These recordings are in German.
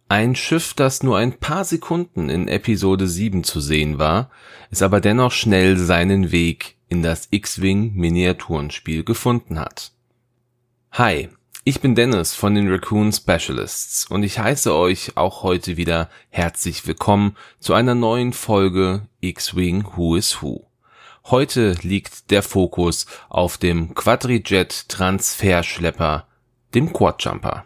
Ein Schiff, das nur ein paar Sekunden in Episode 7 zu sehen war, es aber dennoch schnell seinen Weg in das X-Wing Miniaturenspiel gefunden hat. Hi, ich bin Dennis von den Raccoon Specialists und ich heiße euch auch heute wieder herzlich willkommen zu einer neuen Folge X-Wing Who is Who. Heute liegt der Fokus auf dem Quadrijet Transferschlepper, dem Quadjumper.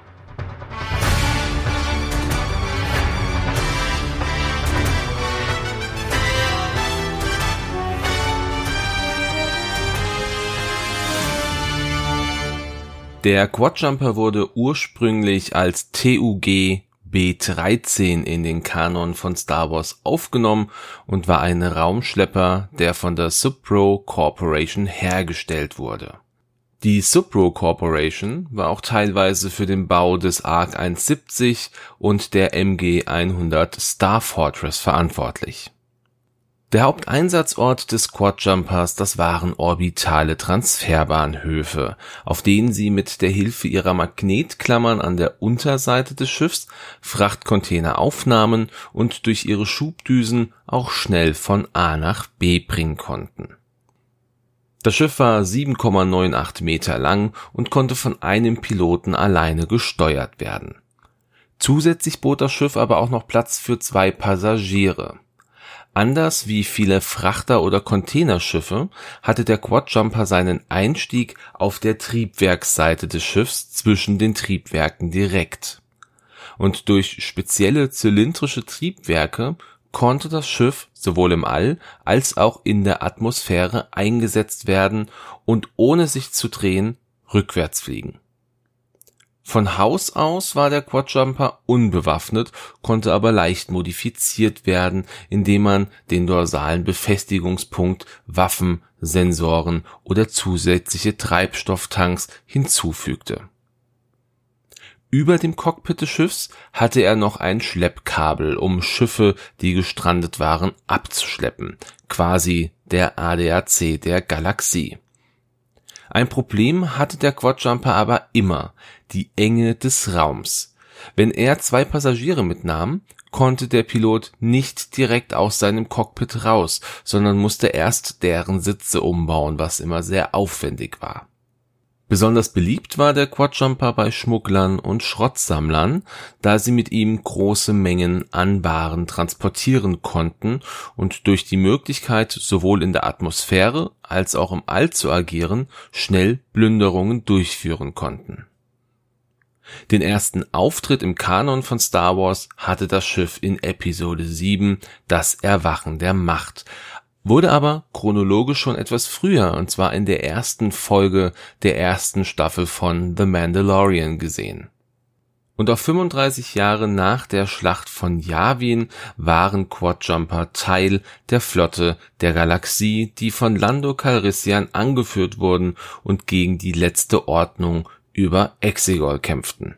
Der Quadjumper wurde ursprünglich als TUG B-13 in den Kanon von Star Wars aufgenommen und war ein Raumschlepper, der von der Subro Corporation hergestellt wurde. Die Subro Corporation war auch teilweise für den Bau des ARC 170 und der MG 100 Star Fortress verantwortlich. Der Haupteinsatzort des Quadjumpers, das waren orbitale Transferbahnhöfe, auf denen sie mit der Hilfe ihrer Magnetklammern an der Unterseite des Schiffs Frachtcontainer aufnahmen und durch ihre Schubdüsen auch schnell von A nach B bringen konnten. Das Schiff war 7,98 Meter lang und konnte von einem Piloten alleine gesteuert werden. Zusätzlich bot das Schiff aber auch noch Platz für 2 Passagiere. Anders wie viele Frachter- oder Containerschiffe hatte der Quadjumper seinen Einstieg auf der Triebwerksseite des Schiffs zwischen den Triebwerken direkt. Und durch spezielle zylindrische Triebwerke konnte das Schiff sowohl im All als auch in der Atmosphäre eingesetzt werden und ohne sich zu drehen rückwärts fliegen. Von Haus aus war der Quadjumper unbewaffnet, konnte aber leicht modifiziert werden, indem man den dorsalen Befestigungspunkt, Waffen, Sensoren oder zusätzliche Treibstofftanks hinzufügte. Über dem Cockpit des Schiffs hatte er noch ein Schleppkabel, um Schiffe, die gestrandet waren, abzuschleppen, quasi der ADAC der Galaxie. Ein Problem hatte der Quadjumper aber immer, die Enge des Raums. Wenn er 2 Passagiere mitnahm, konnte der Pilot nicht direkt aus seinem Cockpit raus, sondern musste erst deren Sitze umbauen, was immer sehr aufwendig war. Besonders beliebt war der Quadjumper bei Schmugglern und Schrottsammlern, da sie mit ihm große Mengen an Waren transportieren konnten und durch die Möglichkeit, sowohl in der Atmosphäre als auch im All zu agieren, schnell Plünderungen durchführen konnten. Den ersten Auftritt im Kanon von Star Wars hatte das Schiff in Episode 7, das Erwachen der Macht, wurde aber chronologisch schon etwas früher, und zwar in der ersten Folge der ersten Staffel von The Mandalorian gesehen. Und auch 35 Jahre nach der Schlacht von Yavin waren Quadjumper Teil der Flotte der Galaxie, die von Lando Calrissian angeführt wurden und gegen die letzte Ordnung über Exegol kämpften.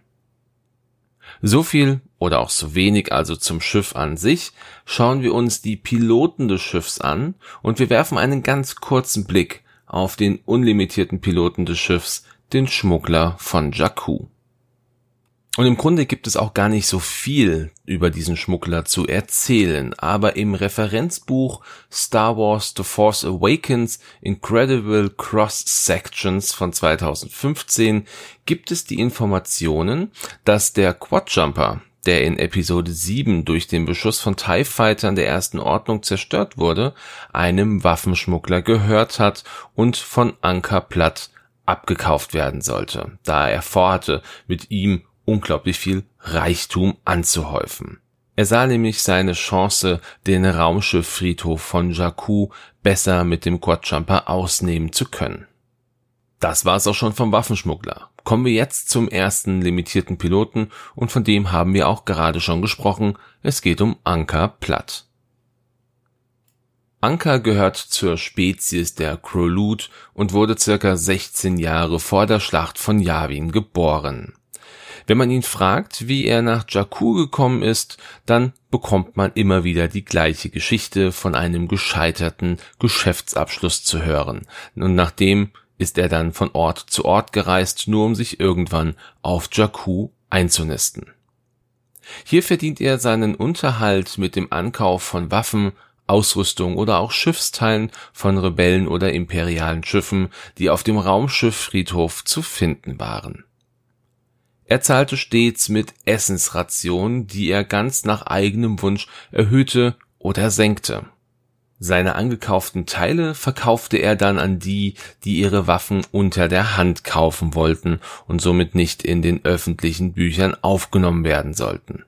So viel oder auch so wenig also zum Schiff an sich, schauen wir uns die Piloten des Schiffs an und wir werfen einen ganz kurzen Blick auf den unlimitierten Piloten des Schiffs, den Schmuggler von Jakku. Und im Grunde gibt es auch gar nicht so viel über diesen Schmuggler zu erzählen, aber im Referenzbuch Star Wars The Force Awakens Incredible Cross-Sections von 2015 gibt es die Informationen, dass der Quadjumper, der in Episode 7 durch den Beschuss von TIE Fightern der Ersten Ordnung zerstört wurde, einem Waffenschmuggler gehört hat und von Anker Platt abgekauft werden sollte, da er vorhatte, mit ihm unglaublich viel Reichtum anzuhäufen. Er sah nämlich seine Chance, den Raumschifffriedhof von Jakku besser mit dem Quadjumper ausnehmen zu können. Das war's auch schon vom Waffenschmuggler. Kommen wir jetzt zum ersten limitierten Piloten und von dem haben wir auch gerade schon gesprochen. Es geht um Anker Platt. Anker gehört zur Spezies der Krollut und wurde circa 16 Jahre vor der Schlacht von Yavin geboren. Wenn man ihn fragt, wie er nach Jakku gekommen ist, dann bekommt man immer wieder die gleiche Geschichte von einem gescheiterten Geschäftsabschluss zu hören. Und nachdem ist er dann von Ort zu Ort gereist, nur um sich irgendwann auf Jakku einzunisten. Hier verdient er seinen Unterhalt mit dem Ankauf von Waffen, Ausrüstung oder auch Schiffsteilen von Rebellen oder imperialen Schiffen, die auf dem Raumschifffriedhof zu finden waren. Er zahlte stets mit Essensrationen, die er ganz nach eigenem Wunsch erhöhte oder senkte. Seine angekauften Teile verkaufte er dann an die, die ihre Waffen unter der Hand kaufen wollten und somit nicht in den öffentlichen Büchern aufgenommen werden sollten.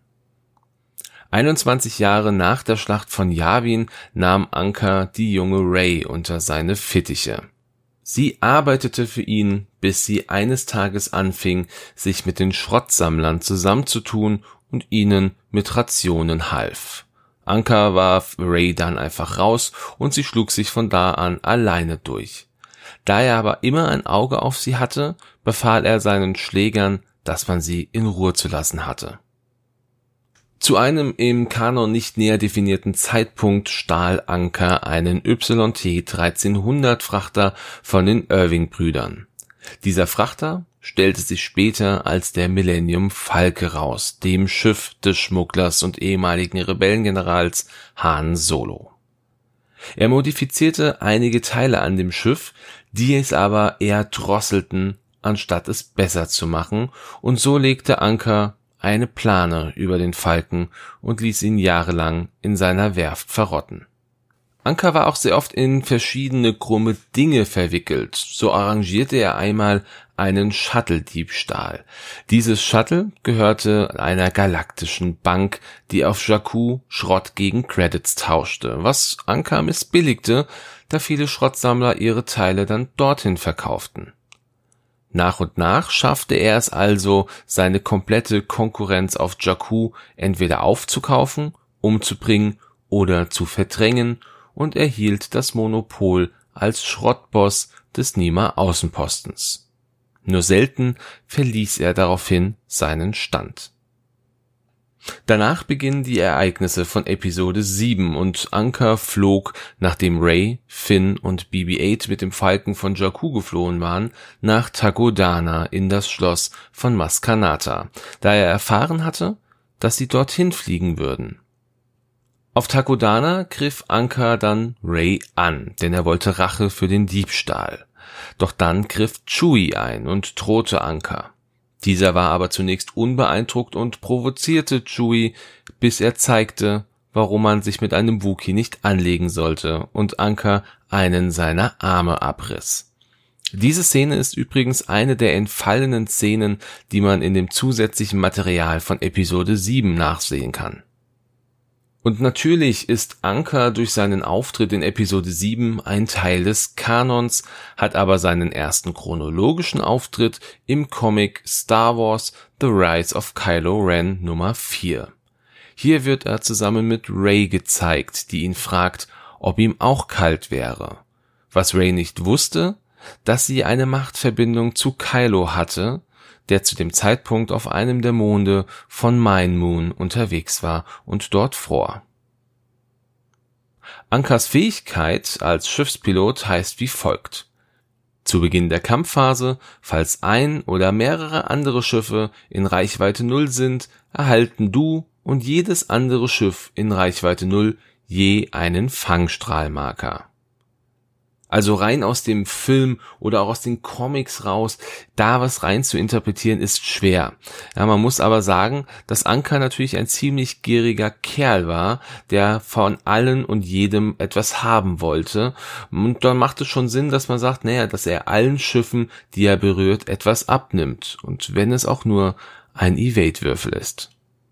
21 Jahre nach der Schlacht von Yavin nahm Anka die junge Rey unter seine Fittiche. Sie arbeitete für ihn, bis sie eines Tages anfing, sich mit den Schrottsammlern zusammenzutun und ihnen mit Rationen half. Anka warf Rey dann einfach raus und sie schlug sich von da an alleine durch. Da er aber immer ein Auge auf sie hatte, befahl er seinen Schlägern, dass man sie in Ruhe zu lassen hatte. Zu einem im Kanon nicht näher definierten Zeitpunkt stahl Anka einen YT-1300 Frachter von den Irving-Brüdern. Dieser Frachter stellte sich später als der Millennium Falke raus, dem Schiff des Schmugglers und ehemaligen Rebellengenerals Han Solo. Er modifizierte einige Teile an dem Schiff, die es aber eher drosselten, anstatt es besser zu machen, und so legte Anka eine Plane über den Falken und ließ ihn jahrelang in seiner Werft verrotten. Anka war auch sehr oft in verschiedene krumme Dinge verwickelt. So arrangierte er einmal einen Shuttle-Diebstahl. Dieses Shuttle gehörte einer galaktischen Bank, die auf Jakku Schrott gegen Credits tauschte, was Anka missbilligte, da viele Schrottsammler ihre Teile dann dorthin verkauften. Nach und nach schaffte er es also, seine komplette Konkurrenz auf Jakku entweder aufzukaufen, umzubringen oder zu verdrängen und erhielt das Monopol als Schrottboss des Nima-Außenpostens. Nur selten verließ er daraufhin seinen Stand. Danach beginnen die Ereignisse von Episode 7 und Anka flog, nachdem Rey, Finn und BB-8 mit dem Falken von Jakku geflohen waren, nach Takodana in das Schloss von Maz Kanata, da er erfahren hatte, dass sie dorthin fliegen würden. Auf Takodana griff Anka dann Rey an, denn er wollte Rache für den Diebstahl. Doch dann griff Chewie ein und drohte Anka. Dieser war aber zunächst unbeeindruckt und provozierte Chewie, bis er zeigte, warum man sich mit einem Wookie nicht anlegen sollte und Anka einen seiner Arme abriss. Diese Szene ist übrigens eine der entfallenen Szenen, die man in dem zusätzlichen Material von Episode 7 nachsehen kann. Und natürlich ist Anka durch seinen Auftritt in Episode 7 ein Teil des Kanons, hat aber seinen ersten chronologischen Auftritt im Comic Star Wars The Rise of Kylo Ren Nummer 4. Hier wird er zusammen mit Rey gezeigt, die ihn fragt, ob ihm auch kalt wäre. Was Rey nicht wusste, dass sie eine Machtverbindung zu Kylo hatte, der zu dem Zeitpunkt auf einem der Monde von Mine Moon unterwegs war und dort fror. Ankas Fähigkeit als Schiffspilot heißt wie folgt. Zu Beginn der Kampfphase, falls ein oder mehrere andere Schiffe in Reichweite 0 sind, erhalten du und jedes andere Schiff in Reichweite 0 je einen Fangstrahlmarker. Also rein aus dem Film oder auch aus den Comics raus, da was rein zu interpretieren, ist schwer. Ja, man muss aber sagen, dass Anka natürlich ein ziemlich gieriger Kerl war, der von allen und jedem etwas haben wollte. Und dann macht es schon Sinn, dass man sagt, naja, dass er allen Schiffen, die er berührt, etwas abnimmt. Und wenn es auch nur ein Evade-Würfel ist.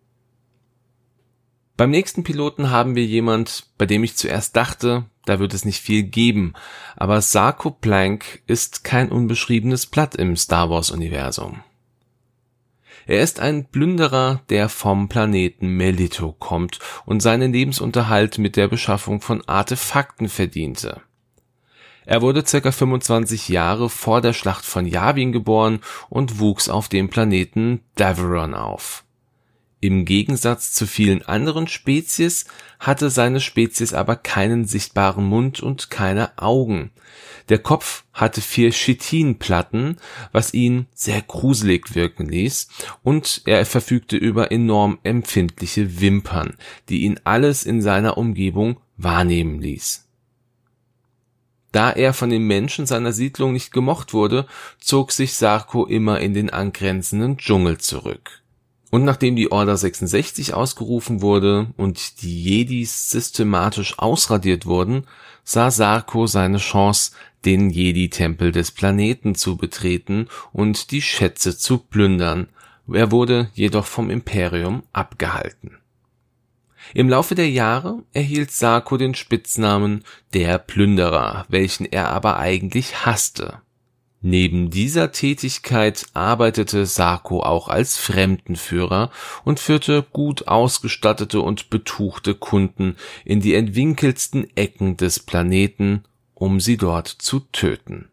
Beim nächsten Piloten haben wir jemand, bei dem ich zuerst dachte, da wird es nicht viel geben, aber Sarko Plank ist kein unbeschriebenes Blatt im Star Wars Universum. Er ist ein Plünderer, der vom Planeten Melito kommt und seinen Lebensunterhalt mit der Beschaffung von Artefakten verdiente. Er wurde ca. 25 Jahre vor der Schlacht von Yavin geboren und wuchs auf dem Planeten Daveron auf. Im Gegensatz zu vielen anderen Spezies hatte seine Spezies aber keinen sichtbaren Mund und keine Augen. Der Kopf hatte 4 Chitinplatten, was ihn sehr gruselig wirken ließ, und er verfügte über enorm empfindliche Wimpern, die ihn alles in seiner Umgebung wahrnehmen ließ. Da er von den Menschen seiner Siedlung nicht gemocht wurde, zog sich Sarko immer in den angrenzenden Dschungel zurück. Und nachdem die Order 66 ausgerufen wurde und die Jedis systematisch ausradiert wurden, sah Sarko seine Chance, den Jedi-Tempel des Planeten zu betreten und die Schätze zu plündern. Er wurde jedoch vom Imperium abgehalten. Im Laufe der Jahre erhielt Sarko den Spitznamen der Plünderer, welchen er aber eigentlich hasste. Neben dieser Tätigkeit arbeitete Sarko auch als Fremdenführer und führte gut ausgestattete und betuchte Kunden in die entwinkeltsten Ecken des Planeten, um sie dort zu töten.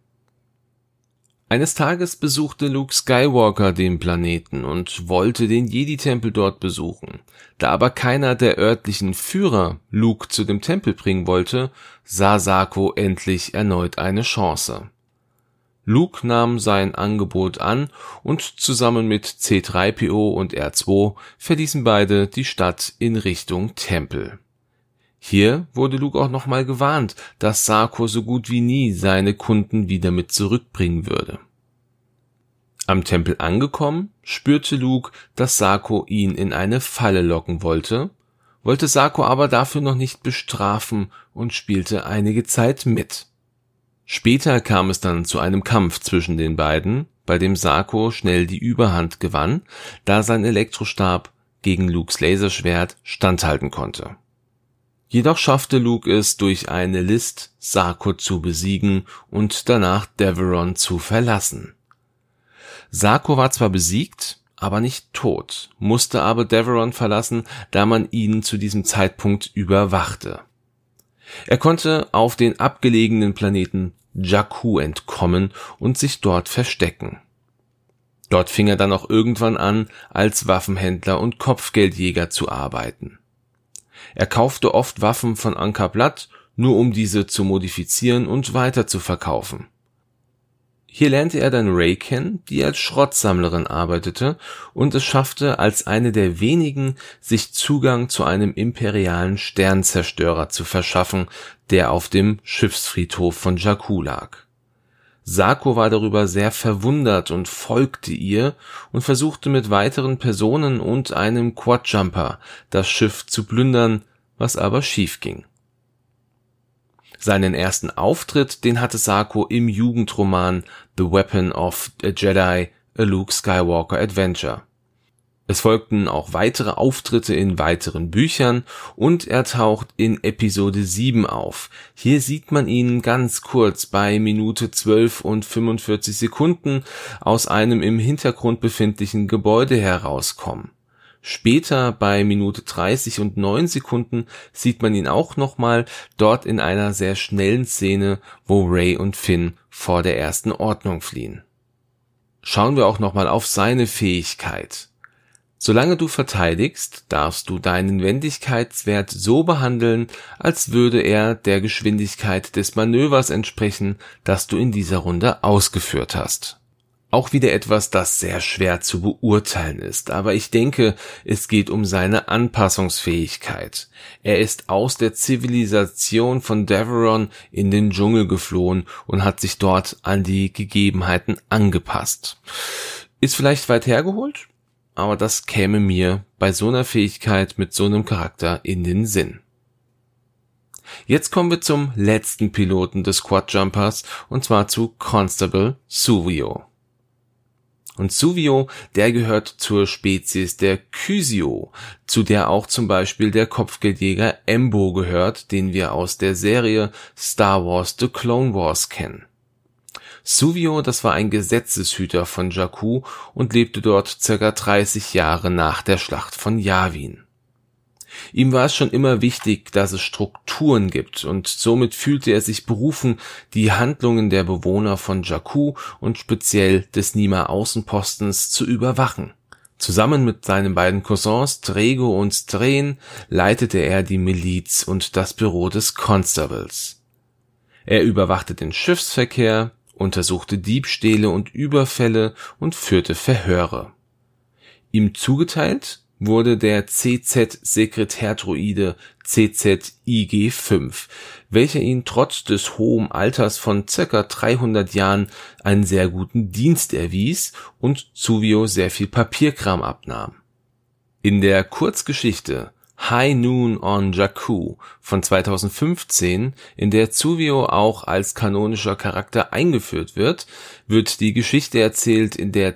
Eines Tages besuchte Luke Skywalker den Planeten und wollte den Jedi-Tempel dort besuchen. Da aber keiner der örtlichen Führer Luke zu dem Tempel bringen wollte, sah Sarko endlich erneut eine Chance. Luke nahm sein Angebot an und zusammen mit C-3PO und R2 verließen beide die Stadt in Richtung Tempel. Hier wurde Luke auch nochmal gewarnt, dass Sarko so gut wie nie seine Kunden wieder mit zurückbringen würde. Am Tempel angekommen, spürte Luke, dass Sarko ihn in eine Falle locken wollte Sarko aber dafür noch nicht bestrafen und spielte einige Zeit mit. Später kam es dann zu einem Kampf zwischen den beiden, bei dem Sarko schnell die Überhand gewann, da sein Elektrostab gegen Lukes Laserschwert standhalten konnte. Jedoch schaffte Luke es durch eine List, Sarko zu besiegen und danach Deveron zu verlassen. Sarko war zwar besiegt, aber nicht tot, musste aber Deveron verlassen, da man ihn zu diesem Zeitpunkt überwachte. Er konnte auf den abgelegenen Planeten Jakku entkommen und sich dort verstecken. Dort fing er dann auch irgendwann an, als Waffenhändler und Kopfgeldjäger zu arbeiten. Er kaufte oft Waffen von Anka Blood, nur um diese zu modifizieren und weiter zu verkaufen. Hier lernte er dann Rey kennen, die als Schrottsammlerin arbeitete und es schaffte, als eine der wenigen, sich Zugang zu einem imperialen Sternzerstörer zu verschaffen, der auf dem Schiffsfriedhof von Jakku lag. Sarko war darüber sehr verwundert und folgte ihr und versuchte mit weiteren Personen und einem Quadjumper das Schiff zu plündern, was aber schief ging. Seinen ersten Auftritt, den hatte Sarko im Jugendroman The Weapon of a Jedi, A Luke Skywalker Adventure. Es folgten auch weitere Auftritte in weiteren Büchern und er taucht in Episode 7 auf. Hier sieht man ihn ganz kurz bei Minute 12 und 45 Sekunden aus einem im Hintergrund befindlichen Gebäude herauskommen. Später bei Minute 30 und 9 Sekunden sieht man ihn auch nochmal dort in einer sehr schnellen Szene, wo Rey und Finn vor der Ersten Ordnung fliehen. Schauen wir auch nochmal auf seine Fähigkeit. Solange du verteidigst, darfst du deinen Wendigkeitswert so behandeln, als würde er der Geschwindigkeit des Manövers entsprechen, das du in dieser Runde ausgeführt hast. Auch wieder etwas, das sehr schwer zu beurteilen ist, aber ich denke, es geht um seine Anpassungsfähigkeit. Er ist aus der Zivilisation von Deveron in den Dschungel geflohen und hat sich dort an die Gegebenheiten angepasst. Ist vielleicht weit hergeholt, aber das käme mir bei so einer Fähigkeit mit so einem Charakter in den Sinn. Jetzt kommen wir zum letzten Piloten des Quadjumpers, und zwar zu Constable Suvio. Und Suvio, der gehört zur Spezies der Kyzio, zu der auch zum Beispiel der Kopfgeldjäger Embo gehört, den wir aus der Serie Star Wars The Clone Wars kennen. Suvio, das war ein Gesetzeshüter von Jakku und lebte dort ca. 30 Jahre nach der Schlacht von Yavin. Ihm war es schon immer wichtig, dass es Strukturen gibt, und somit fühlte er sich berufen, die Handlungen der Bewohner von Jakku und speziell des Nima-Außenpostens zu überwachen. Zusammen mit seinen beiden Cousins Trego und Stren leitete er die Miliz und das Büro des Constables. Er überwachte den Schiffsverkehr, untersuchte Diebstähle und Überfälle und führte Verhöre. Ihm zugeteilt wurde der CZ-Sekretär-Droide CZ-IG-5, welcher ihn trotz des hohen Alters von ca. 300 Jahren einen sehr guten Dienst erwies und Suvio sehr viel Papierkram abnahm. In der Kurzgeschichte High Noon on Jakku von 2015, in der Suvio auch als kanonischer Charakter eingeführt wird, wird die Geschichte erzählt, in der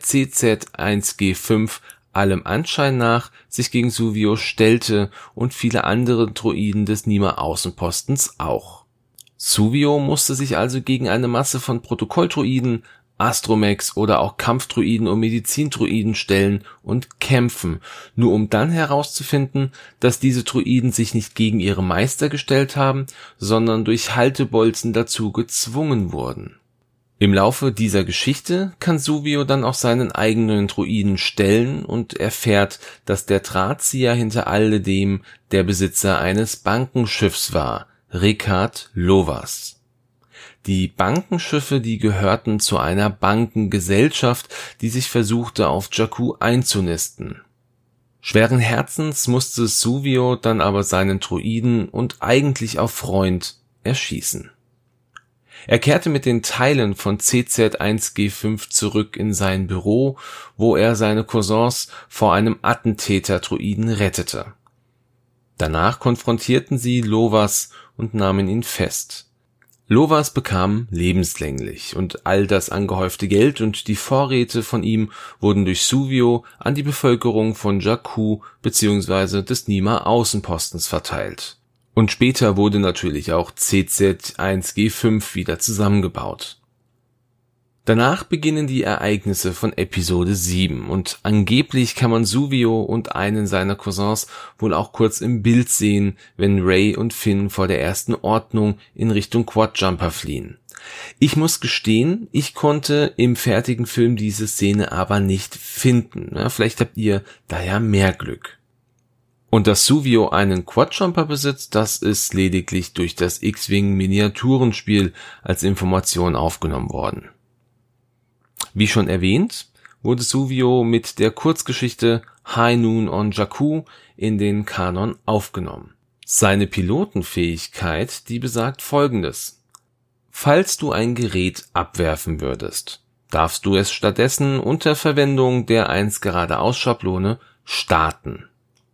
CZ-1G5 allem Anschein nach sich gegen Suvio stellte und viele andere Droiden des Nima-Außenpostens auch. Suvio musste sich also gegen eine Masse von Protokolldroiden, Astromechs oder auch Kampfdroiden und Medizindroiden stellen und kämpfen, nur um dann herauszufinden, dass diese Droiden sich nicht gegen ihre Meister gestellt haben, sondern durch Haltebolzen dazu gezwungen wurden. Im Laufe dieser Geschichte kann Suvio dann auch seinen eigenen Droiden stellen und erfährt, dass der Drahtzieher hinter alledem der Besitzer eines Bankenschiffs war, Rekard Lovas. Die Bankenschiffe, die gehörten zu einer Bankengesellschaft, die sich versuchte, auf Jakku einzunisten. Schweren Herzens musste Suvio dann aber seinen Droiden und eigentlich auch Freund erschießen. Er kehrte mit den Teilen von CZ-1G5 zurück in sein Büro, wo er seine Cousins vor einem Attentäter-Droiden rettete. Danach konfrontierten sie Lovas und nahmen ihn fest. Lovas bekam lebenslänglich und all das angehäufte Geld und die Vorräte von ihm wurden durch Suvio an die Bevölkerung von Jakku bzw. des Nima-Außenpostens verteilt. Und später wurde natürlich auch CZ-1G5 wieder zusammengebaut. Danach beginnen die Ereignisse von Episode 7 und angeblich kann man Suvio und einen seiner Cousins wohl auch kurz im Bild sehen, wenn Rey und Finn vor der ersten Ordnung in Richtung Quadjumper fliehen. Ich muss gestehen, ich konnte im fertigen Film diese Szene aber nicht finden. Ja, vielleicht habt ihr da ja mehr Glück. Und dass Suvio einen Quadjumper besitzt, das ist lediglich durch das X-Wing-Miniaturenspiel als Information aufgenommen worden. Wie schon erwähnt, wurde Suvio mit der Kurzgeschichte High Noon on Jakku in den Kanon aufgenommen. Seine Pilotenfähigkeit, die besagt Folgendes: Falls du ein Gerät abwerfen würdest, darfst du es stattdessen unter Verwendung der 1 geradeaus Schablone starten.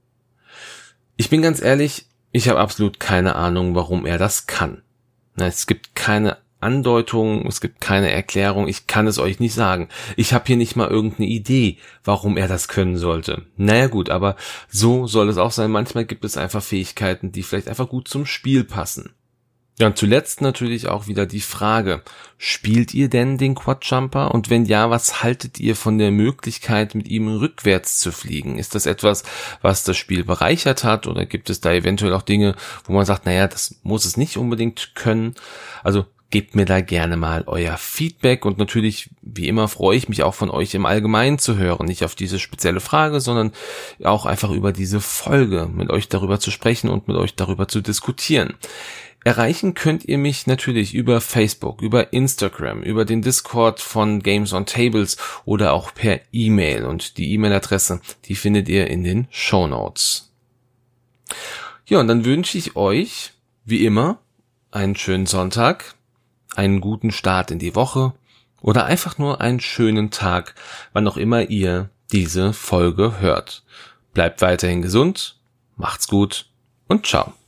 Ich bin ganz ehrlich, ich habe absolut keine Ahnung, warum er das kann. Es gibt keine Andeutung, es gibt keine Erklärung, ich kann es euch nicht sagen. Ich habe hier nicht mal irgendeine Idee, warum er das können sollte. Naja gut, aber so soll es auch sein. Manchmal gibt es einfach Fähigkeiten, die vielleicht einfach gut zum Spiel passen. Ja, und zuletzt natürlich auch wieder die Frage, spielt ihr denn den Quadjumper? Und wenn ja, was haltet ihr von der Möglichkeit, mit ihm rückwärts zu fliegen? Ist das etwas, was das Spiel bereichert hat? Oder gibt es da eventuell auch Dinge, wo man sagt, naja, das muss es nicht unbedingt können? Also gebt mir da gerne mal euer Feedback und natürlich, wie immer, freue ich mich auch von euch im Allgemeinen zu hören. Nicht auf diese spezielle Frage, sondern auch einfach über diese Folge, mit euch darüber zu sprechen und mit euch darüber zu diskutieren. Erreichen könnt ihr mich natürlich über Facebook, über Instagram, über den Discord von Games on Tables oder auch per E-Mail. Und die E-Mail-Adresse, die findet ihr in den Shownotes. Ja, und dann wünsche ich euch, wie immer, einen schönen Sonntag, einen guten Start in die Woche oder einfach nur einen schönen Tag, wann auch immer ihr diese Folge hört. Bleibt weiterhin gesund, macht's gut und ciao.